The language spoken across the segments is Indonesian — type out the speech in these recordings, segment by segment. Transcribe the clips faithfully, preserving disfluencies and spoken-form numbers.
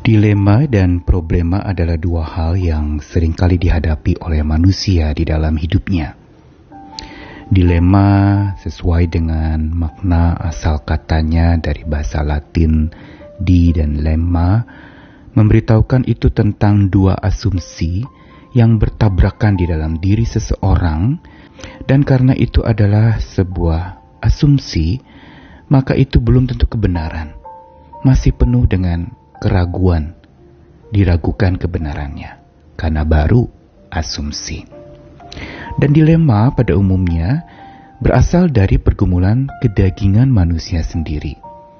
Dilema dan problema adalah dua hal yang seringkali dihadapi oleh manusia di dalam hidupnya. Dilema sesuai dengan makna asal katanya dari bahasa Latin di dan lemma, memberitahukan itu tentang dua asumsi yang bertabrakan di dalam diri seseorang, dan karena itu adalah sebuah asumsi, maka itu belum tentu kebenaran, masih penuh dengan keraguan, diragukan kebenarannya, karena baru asumsi. Dan dilema pada umumnya berasal dari pergumulan kedagingan manusia sendiri.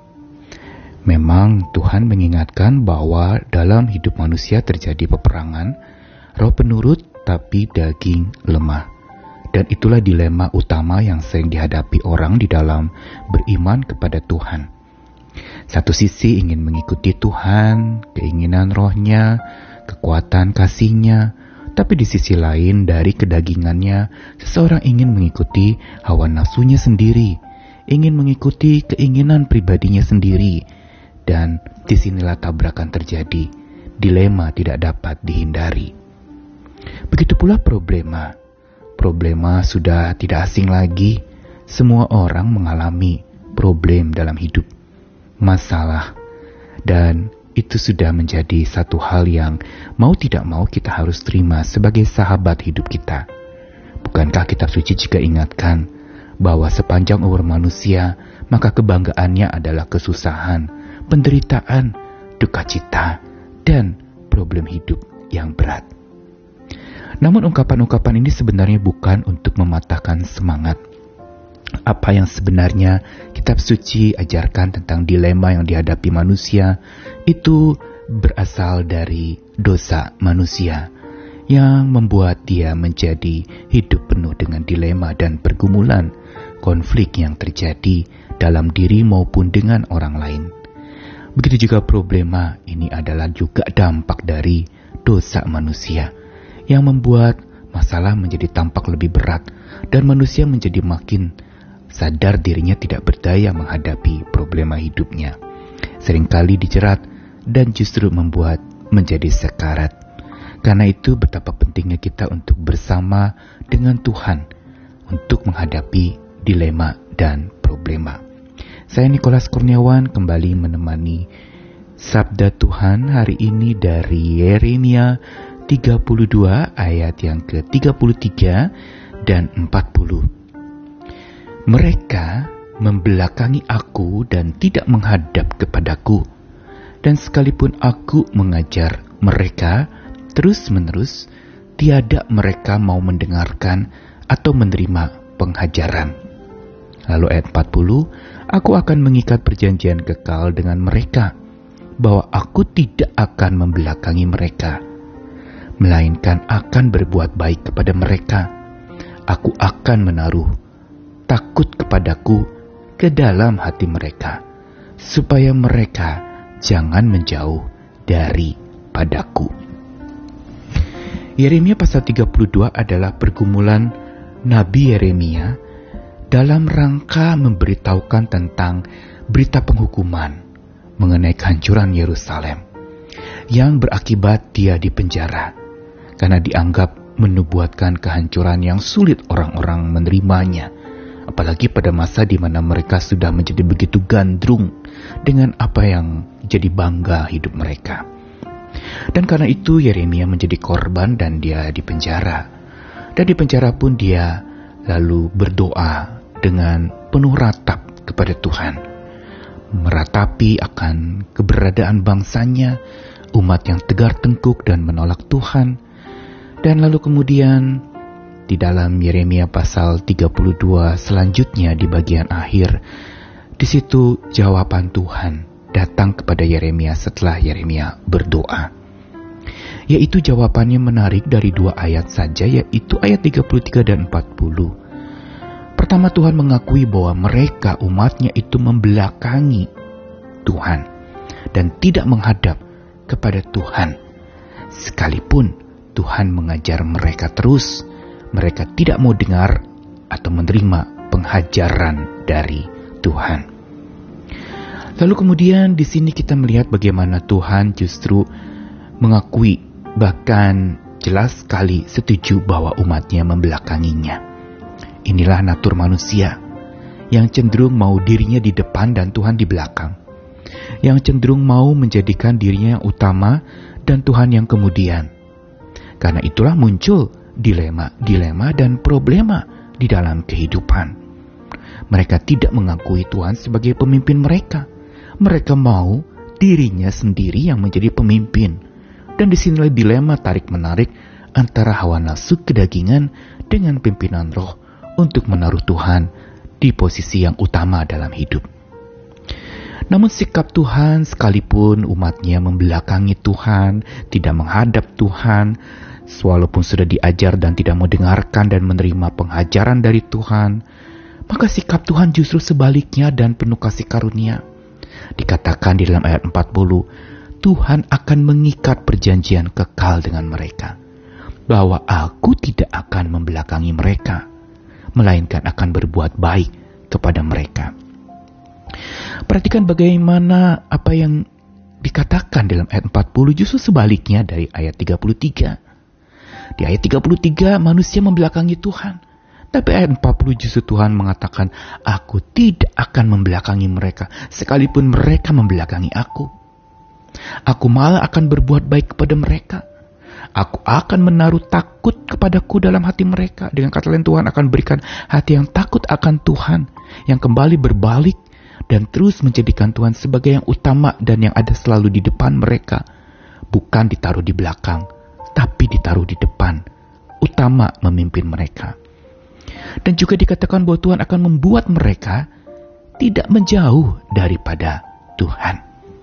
Memang Tuhan mengingatkan bahwa dalam hidup manusia terjadi peperangan, roh penurut tapi daging lemah. Dan itulah dilema utama yang sering dihadapi orang di dalam beriman kepada Tuhan. Satu sisi ingin mengikuti Tuhan, keinginan rohnya, kekuatan kasihnya, tapi di sisi lain dari kedagingannya, seseorang ingin mengikuti hawa nafsunya sendiri, ingin mengikuti keinginan pribadinya sendiri, dan disinilah tabrakan terjadi, dilema tidak dapat dihindari. Begitu pula problema. Problema sudah tidak asing lagi, semua orang mengalami problem dalam hidup, masalah, dan itu sudah menjadi satu hal yang mau tidak mau kita harus terima sebagai sahabat hidup kita. Bukankah kitab suci juga ingatkan bahwa sepanjang umur manusia, maka kebanggaannya adalah kesusahan, penderitaan, duka cita, dan problem hidup yang berat. Namun ungkapan-ungkapan ini sebenarnya bukan untuk mematahkan semangat. Apa yang sebenarnya kitab suci ajarkan tentang dilema yang dihadapi manusia itu berasal dari dosa manusia yang membuat dia menjadi hidup penuh dengan dilema dan pergumulan, konflik yang terjadi dalam diri maupun dengan orang lain. Begitu juga problema ini adalah juga dampak dari dosa manusia yang membuat masalah menjadi tampak lebih berat dan manusia menjadi makin sadar dirinya tidak berdaya menghadapi problema hidupnya. Seringkali dijerat dan justru membuat menjadi sekarat. Karena itu betapa pentingnya kita untuk bersama dengan Tuhan untuk menghadapi dilema dan problema. Saya Nikolas Kurniawan kembali menemani Sabda Tuhan hari ini dari Yeremia tiga puluh dua ayat yang ke tiga puluh tiga dan empat puluh. Mereka membelakangi aku dan tidak menghadap kepadaku, dan sekalipun aku mengajar mereka terus-menerus, tiada mereka mau mendengarkan atau menerima pengajaran. Lalu ayat empat puluh, aku akan mengikat perjanjian kekal dengan mereka, bahwa aku tidak akan membelakangi mereka, melainkan akan berbuat baik kepada mereka. Aku akan menaruh takut kepadaku ke dalam hati mereka, supaya mereka jangan menjauh daripadaku. Yeremia pasal tiga puluh dua adalah pergumulan Nabi Yeremia dalam rangka memberitahukan tentang berita penghukuman mengenai kehancuran Yerusalem yang berakibat dia dipenjara karena dianggap menubuatkan kehancuran yang sulit orang-orang menerimanya, apalagi pada masa di mana mereka sudah menjadi begitu gandrung dengan apa yang jadi bangga hidup mereka. Dan karena itu Yeremia menjadi korban dan dia dipenjara. Dan di penjara pun dia lalu berdoa dengan penuh ratap kepada Tuhan, meratapi akan keberadaan bangsanya, umat yang tegar tengkuk dan menolak Tuhan. Dan lalu kemudian di dalam Yeremia pasal tiga puluh dua selanjutnya di bagian akhir, di situ jawaban Tuhan datang kepada Yeremia setelah Yeremia berdoa. Yaitu jawabannya menarik dari dua ayat saja, yaitu ayat tiga puluh tiga dan empat puluh. Pertama, Tuhan mengakui bahwa mereka umatnya itu membelakangi Tuhan dan tidak menghadap kepada Tuhan. Sekalipun Tuhan mengajar mereka terus, mereka tidak mau dengar atau menerima penghajaran dari Tuhan. Lalu kemudian di sini kita melihat bagaimana Tuhan justru mengakui, bahkan jelas sekali setuju bahwa umatnya membelakanginya. Inilah natur manusia yang cenderung mau dirinya di depan dan Tuhan di belakang, yang cenderung mau menjadikan dirinya yang utama dan Tuhan yang kemudian. Karena itulah muncul dilema-dilema dan problema di dalam kehidupan. Mereka tidak mengakui Tuhan sebagai pemimpin mereka. Mereka mau dirinya sendiri yang menjadi pemimpin. Dan disinilah dilema tarik-menarik antara hawa nafsu kedagingan dengan pimpinan roh untuk menaruh Tuhan di posisi yang utama dalam hidup. Namun sikap Tuhan, sekalipun umatnya membelakangi Tuhan, tidak menghadap Tuhan, walaupun sudah diajar dan tidak mau dengarkan dan menerima pengajaran dari Tuhan, maka sikap Tuhan justru sebaliknya dan penuh kasih karunia. Dikatakan di dalam ayat empat puluh, Tuhan akan mengikat perjanjian kekal dengan mereka, bahwa aku tidak akan membelakangi mereka, melainkan akan berbuat baik kepada mereka. Perhatikan bagaimana apa yang dikatakan dalam ayat empat puluh justru sebaliknya dari ayat tiga puluh tiga. Di ayat tiga puluh tiga manusia membelakangi Tuhan. Tapi ayat empat puluh justru Tuhan mengatakan, aku tidak akan membelakangi mereka, sekalipun mereka membelakangi aku. Aku malah akan berbuat baik kepada mereka. Aku akan menaruh takut kepadaku dalam hati mereka. Dengan kata lain, Tuhan akan berikan hati yang takut akan Tuhan, yang kembali berbalik dan terus menjadikan Tuhan sebagai yang utama dan yang ada selalu di depan mereka. Bukan ditaruh di belakang, tapi ditaruh di depan, utama memimpin mereka. Dan juga dikatakan bahwa Tuhan akan membuat mereka tidak menjauh daripada Tuhan.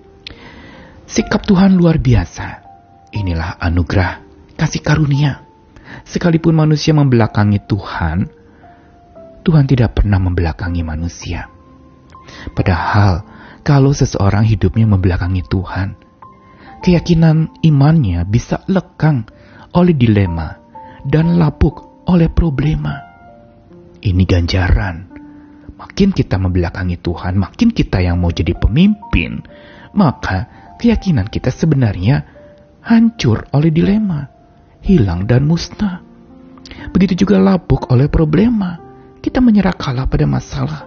Sikap Tuhan luar biasa. Inilah anugerah kasih karunia. Sekalipun manusia membelakangi Tuhan, Tuhan tidak pernah membelakangi manusia. Padahal kalau seseorang hidupnya membelakangi Tuhan, keyakinan imannya bisa lekang oleh dilema dan lapuk oleh problema. Ini ganjaran. Makin kita membelakangi Tuhan, makin kita yang mau jadi pemimpin, maka keyakinan kita sebenarnya hancur oleh dilema, hilang dan musnah. Begitu juga lapuk oleh problema. Kita menyerah kalah pada masalah.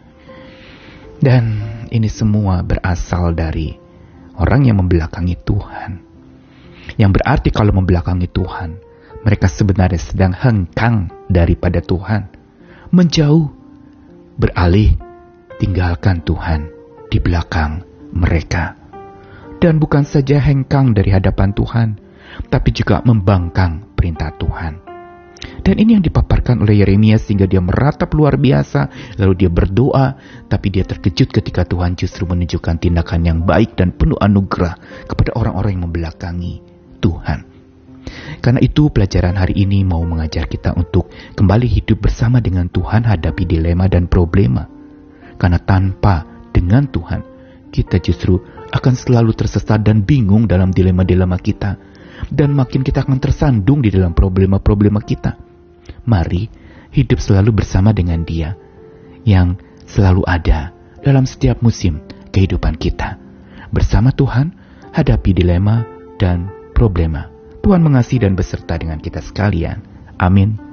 Dan ini semua berasal dari orang yang membelakangi Tuhan. Yang berarti kalau membelakangi Tuhan, mereka sebenarnya sedang hengkang daripada Tuhan. Menjauh, beralih, tinggalkan Tuhan di belakang mereka. Dan bukan saja hengkang dari hadapan Tuhan, tapi juga membangkang perintah Tuhan. Dan ini yang dipaparkan oleh Yeremia sehingga dia meratap luar biasa, lalu dia berdoa, tapi dia terkejut ketika Tuhan justru menunjukkan tindakan yang baik dan penuh anugerah kepada orang-orang yang membelakangi Tuhan. Karena itu pelajaran hari ini mau mengajar kita untuk kembali hidup bersama dengan Tuhan hadapi dilema dan problema. Karena tanpa dengan Tuhan, kita justru akan selalu tersesat dan bingung dalam dilema-dilema kita. Dan makin kita akan tersandung di dalam problema-problema kita. Mari hidup selalu bersama dengan Dia yang selalu ada dalam setiap musim kehidupan kita. Bersama Tuhan, hadapi dilema dan problema. Tuhan mengasihi dan beserta dengan kita sekalian. Amin.